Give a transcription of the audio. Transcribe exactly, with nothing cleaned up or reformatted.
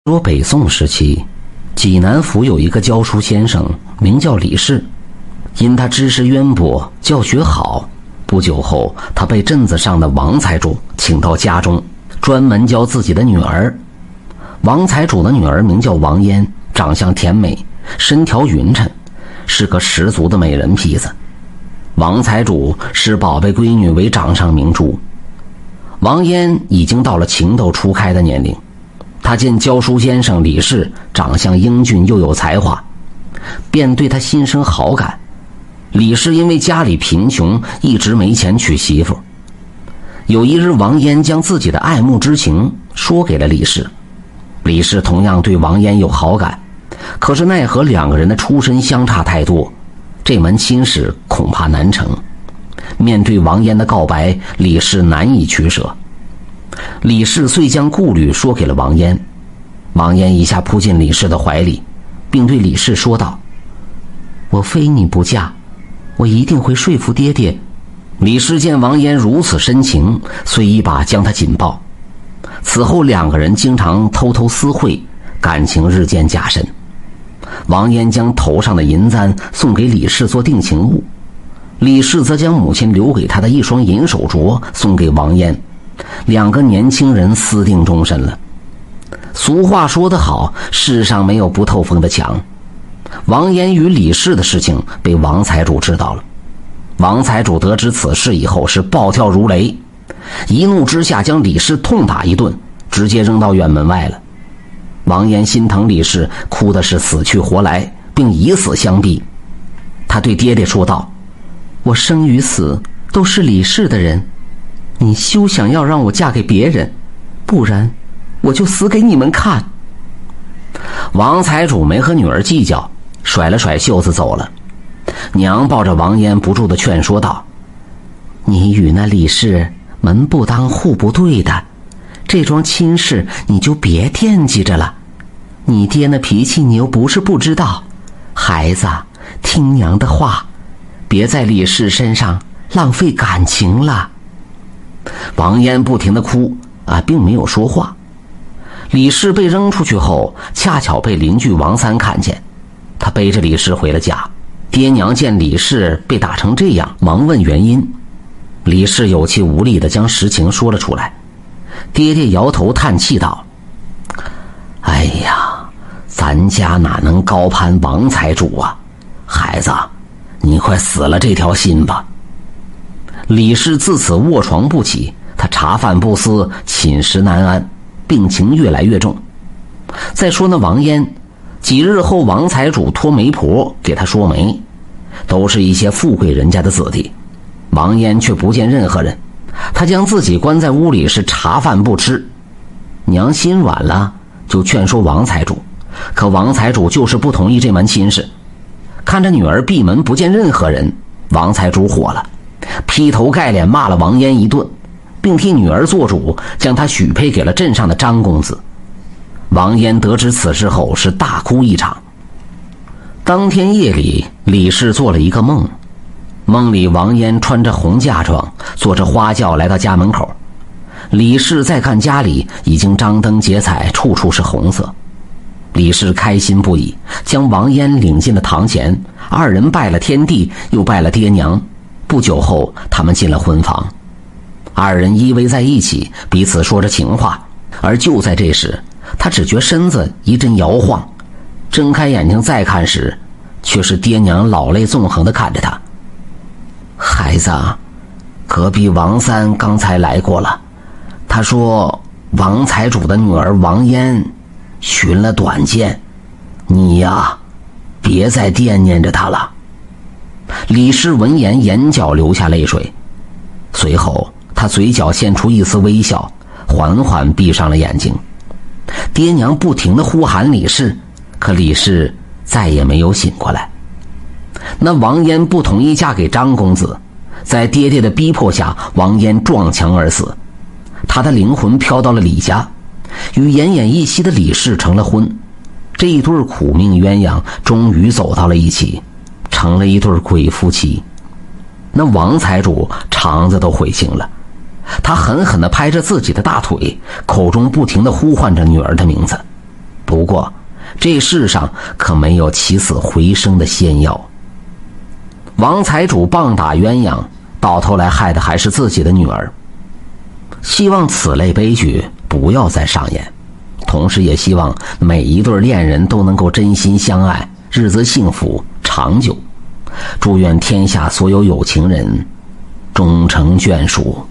说北宋时期，济南府有一个教书先生，名叫李氏。因他知识渊博，教学好，不久后他被镇子上的王财主请到家中，专门教自己的女儿。王财主的女儿名叫王嫣，长相甜美，身条匀称，是个十足的美人坯子。王财主视宝贝闺女为掌上明珠。王嫣已经到了情窦初开的年龄，他见教书先生李氏长相英俊又有才华，便对他心生好感。李氏因为家里贫穷，一直没钱娶媳妇。有一日，王嫣将自己的爱慕之情说给了李氏。李氏同样对王嫣有好感，可是奈何两个人的出身相差太多，这门亲事恐怕难成。面对王嫣的告白，李氏难以取舍。李氏遂将顾虑说给了王嫣。王嫣一下扑进李氏的怀里，并对李氏说道：我非你不嫁，我一定会说服爹爹。李氏见王嫣如此深情，遂一把将她紧抱。此后两个人经常偷偷私会，感情日渐加深。王嫣将头上的银簪送给李氏做定情物，李氏则将母亲留给他的一双银手镯送给王嫣，两个年轻人私定终身了。俗话说得好，世上没有不透风的墙。王嫣与李氏的事情被王财主知道了。王财主得知此事以后是暴跳如雷，一怒之下将李氏痛打一顿，直接扔到院门外了。王嫣心疼李氏，哭的是死去活来，并以死相逼。他对爹爹说道：我生与死都是李氏的人，你休想要让我嫁给别人，不然我就死给你们看。王财主没和女儿计较，甩了甩袖子走了。娘抱着王嫣不住地劝说道：你与那李氏门不当户不对的，这桩亲事你就别惦记着了。你爹那脾气你又不是不知道，孩子听娘的话，别在李氏身上浪费感情了。王嫣不停地哭啊，并没有说话。李氏被扔出去后，恰巧被邻居王三看见，他背着李氏回了家。爹娘见李氏被打成这样，忙问原因。李氏有气无力地将实情说了出来。爹爹摇头叹气道：哎呀，咱家哪能高攀王财主啊，孩子，你快死了这条心吧。李氏自此卧床不起，他茶饭不思，寝食难安，病情越来越重。再说那王嫣，几日后王财主托媒婆给他说媒，都是一些富贵人家的子弟。王嫣却不见任何人，他将自己关在屋里，是茶饭不吃。娘心软了，就劝说王财主，可王财主就是不同意这门亲事。看着女儿闭门不见任何人，王财主火了，劈头盖脸骂了王嫣一顿，并替女儿做主，将她许配给了镇上的张公子。王嫣得知此事后是大哭一场。当天夜里，李氏做了一个梦，梦里王嫣穿着红嫁妆，坐着花轿来到家门口。李氏再看家里已经张灯结彩，处处是红色。李氏开心不已，将王嫣领进了堂前，二人拜了天地，又拜了爹娘。不久后，他们进了婚房，二人依偎在一起，彼此说着情话。而就在这时，他只觉身子一阵摇晃，睁开眼睛再看时，却是爹娘老泪纵横地看着他。孩子，隔壁王三刚才来过了，他说王财主的女儿王嫣寻了短见，你呀，别再惦念着她了。李氏闻言眼角流下泪水，随后他嘴角现出一丝微笑，缓缓闭上了眼睛。爹娘不停地呼喊李氏，可李氏再也没有醒过来。那王嫣不同意嫁给张公子，在爹爹的逼迫下，王嫣撞墙而死。她的灵魂飘到了李家，与奄奄一息的李氏成了婚。这一对苦命鸳鸯终于走到了一起，成了一对鬼夫妻。那王财主肠子都悔青了，他狠狠地拍着自己的大腿，口中不停地呼唤着女儿的名字。 不过这世上可没有起死回生的仙药。王财主棒打鸳鸯，到头来害的还是自己的女儿。希望此类悲剧不要再上演，同时也希望每一对恋人都能够真心相爱，日子幸福长久。祝愿天下所有有情人终成眷属。